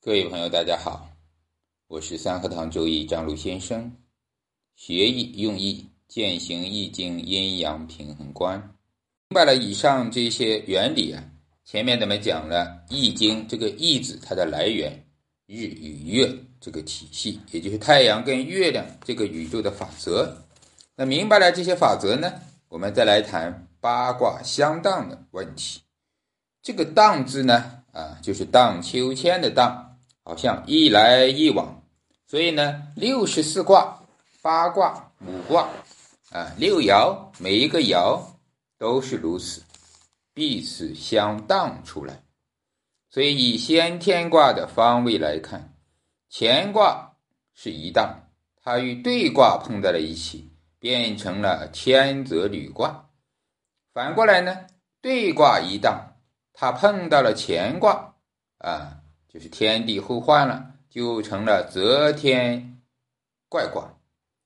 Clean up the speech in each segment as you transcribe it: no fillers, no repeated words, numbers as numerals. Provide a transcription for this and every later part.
各位朋友大家好，我是三合堂周易张璐先生，学易用易，践行易经阴阳平衡观。明白了以上这些原理啊，前面咱们讲了易经这个易字它的来源，日与月这个体系，也就是太阳跟月亮这个宇宙的法则。那明白了这些法则呢，我们再来谈八卦相当的问题。这个当字呢就是荡秋千的荡，好像一来一往，所以呢64卦八卦五卦六爻每一个爻都是如此，彼此相当出来。所以以先天卦的方位来看，乾卦是一荡，它与兑卦碰在了一起，变成了天泽履卦。反过来呢，兑卦一荡，它碰到了乾卦就是天地互换了，就成了泽天怪卦。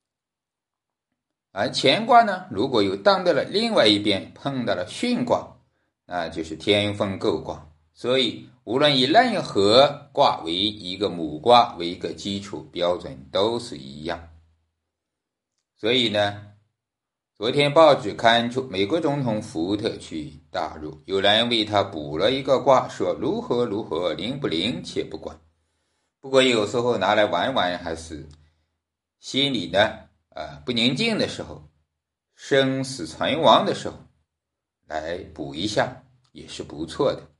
而乾卦呢，如果有荡到了另外一边，碰到了巽卦，那就是天风姤卦。所以无论以任何卦为一个母卦为一个基础标准都是一样。所以呢，昨天报纸刊出美国总统福特去大陆，有人为他补了一个卦，说如何如何，灵不灵且不管。不过有时候拿来玩玩，还是心里呢不宁静的时候，生死存亡的时候来补一下也是不错的。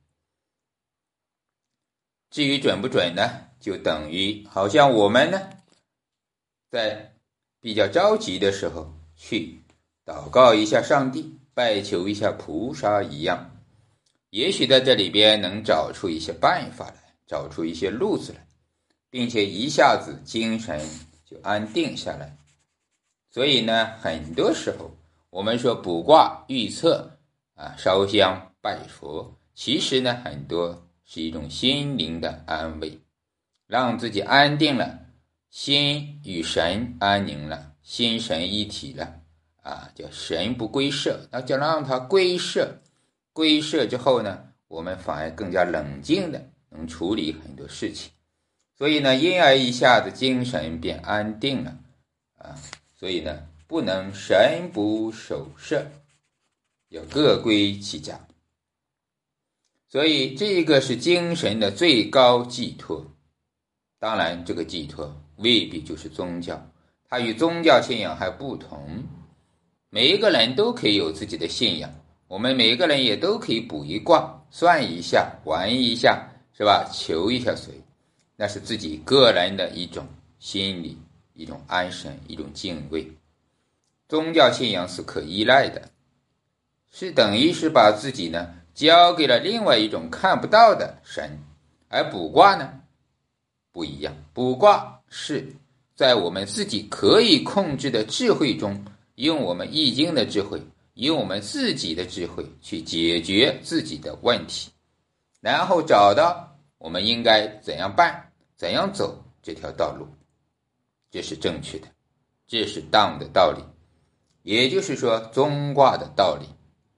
至于准不准呢，就等于好像我们呢在比较着急的时候去祷告一下上帝，拜求一下菩萨一样，也许在这里边能找出一些办法来，找出一些路子来，并且一下子精神就安定下来。所以呢，很多时候我们说卜卦预测烧香拜佛，其实呢很多是一种心灵的安慰，让自己安定了，心与神安宁了，心神一体了叫神不归舍，那就让它归舍。归舍之后呢，我们反而更加冷静的能处理很多事情。所以呢，因而一下子精神变安定了所以呢，不能神不守舍，要各归其家。所以这个是精神的最高寄托。当然这个寄托未必就是宗教，它与宗教信仰还不同。每一个人都可以有自己的信仰，我们每个人也都可以卜一卦，算一下，玩一下，是吧？求一下水，那是自己个人的一种心理，一种安神，一种敬畏。宗教信仰是可依赖的，是等于是把自己呢交给了另外一种看不到的神。而卜卦呢不一样，卜卦是在我们自己可以控制的智慧中，用我们易经的智慧，用我们自己的智慧去解决自己的问题，然后找到我们应该怎样办，怎样走这条道路，这是正确的，这是当的道理，也就是说中卦的道理。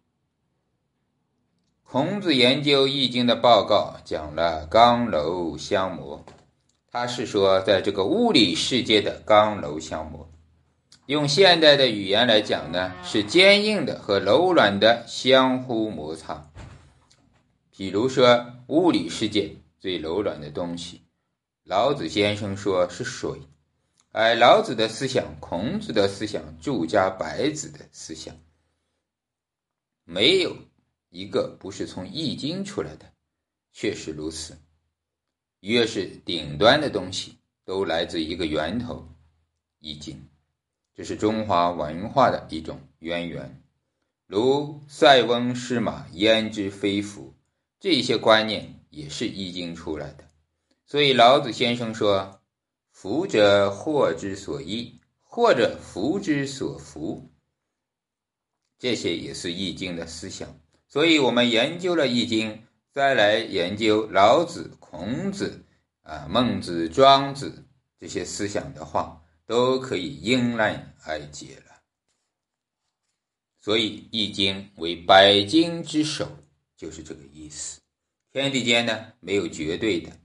孔子研究易经的报告讲了刚柔相磨，他是说在这个物理世界的刚柔相磨，用现代的语言来讲呢，是坚硬的和柔软的相互摩擦。比如说物理世界最柔软的东西，老子先生说是水，而老子的思想，孔子的思想，祝家白子的思想，没有一个不是从易经出来的，确实如此。越是顶端的东西都来自一个源头，易经，这是中华文化的一种渊源。如塞翁失马焉知非福，这些观念也是易经出来的。所以老子先生说，福者祸之所依，或者福之所伏，这些也是易经的思想。所以我们研究了易经，再来研究老子、孔子孟子、庄子这些思想的话，都可以迎刃而解了。所以易经为百经之首，就是这个意思。天地间呢没有绝对的，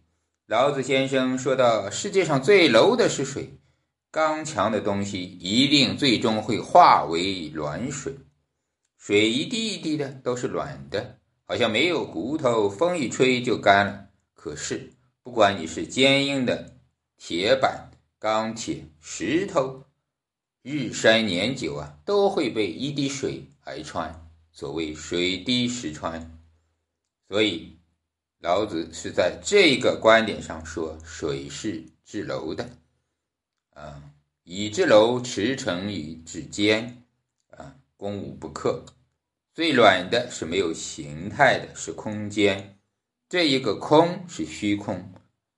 老子先生说到，世界上最柔的是水，刚强的东西一定最终会化为软水。水一滴一滴的都是软的，好像没有骨头，风一吹就干了。可是不管你是坚硬的铁板、钢铁、石头，日晒年久啊，都会被一滴水挨穿，所谓水滴石穿。所以老子是在这个观点上说，水是至柔的以至柔驰骋于至坚攻无不克。最软的是没有形态的，是空间。这一个空是虚空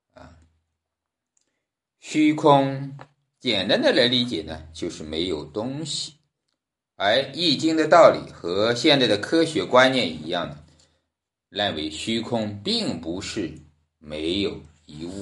虚空简单的来理解呢，就是没有东西。而易经的道理和现在的科学观念一样的，认为虚空并不是没有一物，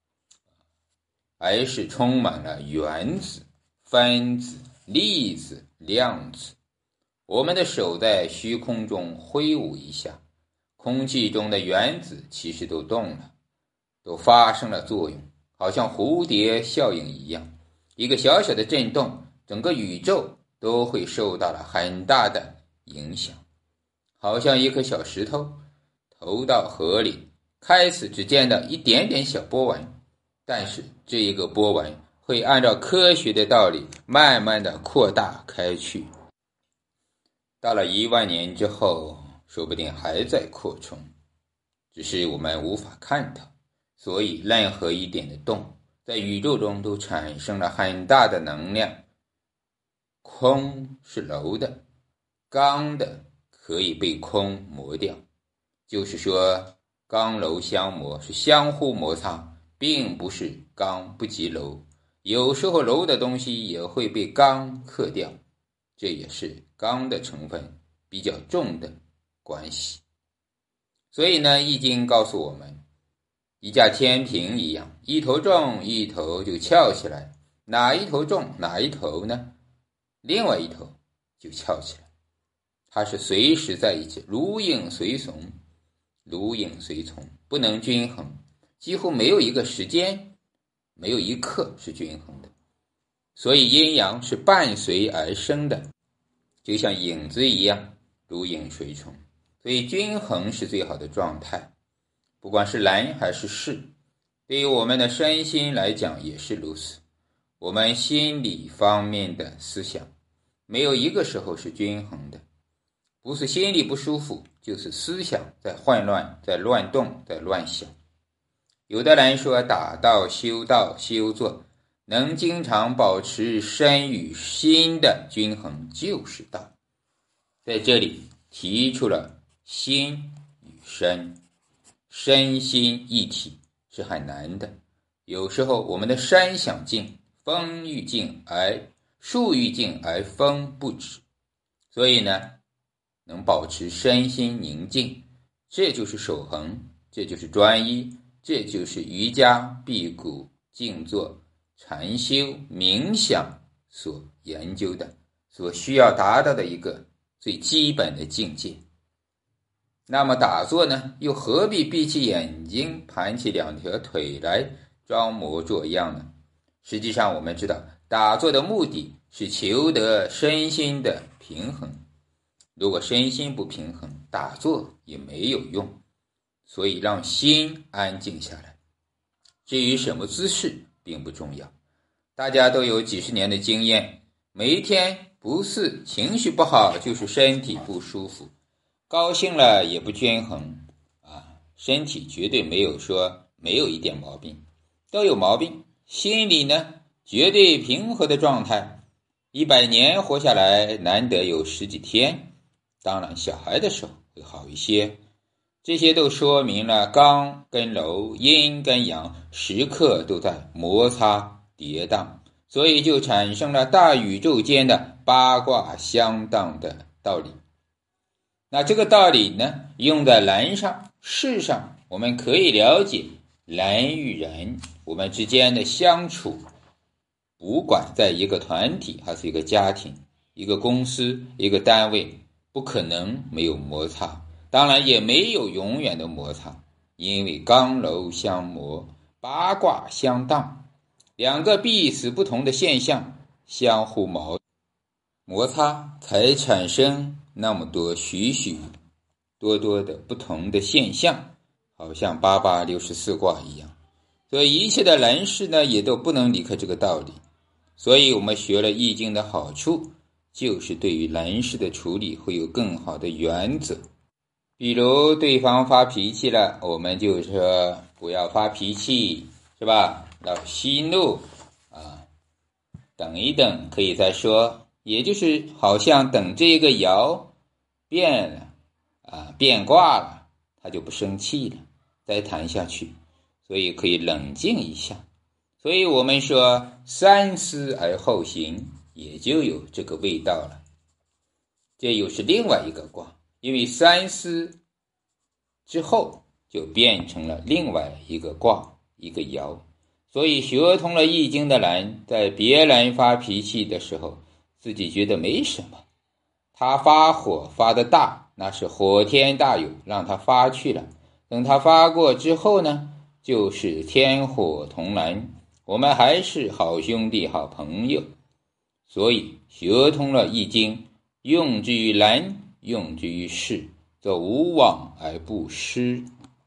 而是充满了原子、分子、粒子、量子。我们的手在虚空中挥舞一下，空气中的原子其实都动了，都发生了作用，好像蝴蝶效应一样。一个小小的震动，整个宇宙都会受到了很大的影响。好像一颗小石头投到河里，开始只见到一点点小波纹，但是这一个波纹会按照科学的道理慢慢的扩大开去，到了10000年之后，说不定还在扩充，只是我们无法看到。所以任何一点的动在宇宙中都产生了很大的能量。空是柔的，刚的可以被空磨掉，就是说刚柔相磨，是相互摩擦，并不是刚不及柔。有时候柔的东西也会被刚克掉，这也是刚的成分比较重的关系。所以呢，易经告诉我们，一架天平一样，一头重一头就翘起来，哪一头重哪一头呢？另外一头就翘起来，它是随时在一起，如影随从，如影随从，不能均衡，几乎没有一个时间，没有一刻是均衡的。所以阴阳是伴随而生的，就像影子一样，如影随从。所以均衡是最好的状态，不管是人还是事，对于我们的身心来讲也是如此。我们心理方面的思想没有一个时候是均衡的，不是心里不舒服，就是思想在混乱，在乱动，在乱想。有的人说打道修道修作，能经常保持身与心的均衡就是道。在这里提出了心与身，身心一体是很难的。有时候我们的身想静，风欲静而树欲静而风不止，所以呢，能保持身心宁静，这就是守恒，这就是专一，这就是瑜伽、辟谷、静坐、禅修、冥想所研究的，所需要达到的一个最基本的境界。那么打坐呢，又何必闭起眼睛，盘起2条腿来装模作样呢？实际上我们知道，打坐的目的是求得身心的平衡。如果身心不平衡，打坐也没有用。所以让心安静下来。至于什么姿势并不重要，大家都有几十年的经验，每一天不是情绪不好，就是身体不舒服，高兴了也不均衡身体绝对没有说没有一点毛病，都有毛病。心理呢，绝对平和的状态，100年活下来难得有10几天，当然小孩的时候会好一些。这些都说明了刚跟柔、阴跟阳时刻都在摩擦跌宕，所以就产生了大宇宙间的八卦相当的道理。那这个道理呢，用在人上、事上，我们可以了解人与人我们之间的相处，不管在一个团体还是一个家庭、一个公司、一个单位，不可能没有摩擦，当然也没有永远的摩擦。 因为刚柔相磨，八卦相当，两个彼此不同的现象相互摩擦，才产生那么多许许多多的不同的现象，好像864卦一样。所以一切的人事呢，也都不能离开这个道理。所以我们学了易经的好处，就是对于人事的处理会有更好的原则。比如对方发脾气了，我们就说不要发脾气，是吧？要息怒等一等可以再说，也就是好像等这个爻变了变卦了，他就不生气了，再谈下去，所以可以冷静一下。所以我们说三思而后行，也就有这个味道了。这又是另外一个卦，因为三思之后就变成了另外一个卦，一个爻。所以学通了易经的人，在别人发脾气的时候，自己觉得没什么，他发火发得大，那是火天大有，让他发去了。等他发过之后呢，就是天火同燃，我们还是好兄弟好朋友。所以学通了易经，用之于人，用之于事，则无往而不失。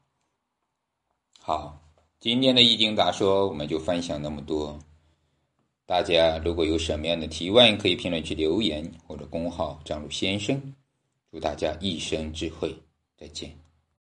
好，今天的易经杂说我们就分享那么多。大家如果有什么样的提问，可以评论区留言或者公号张鲁先生。祝大家一生智慧，再见。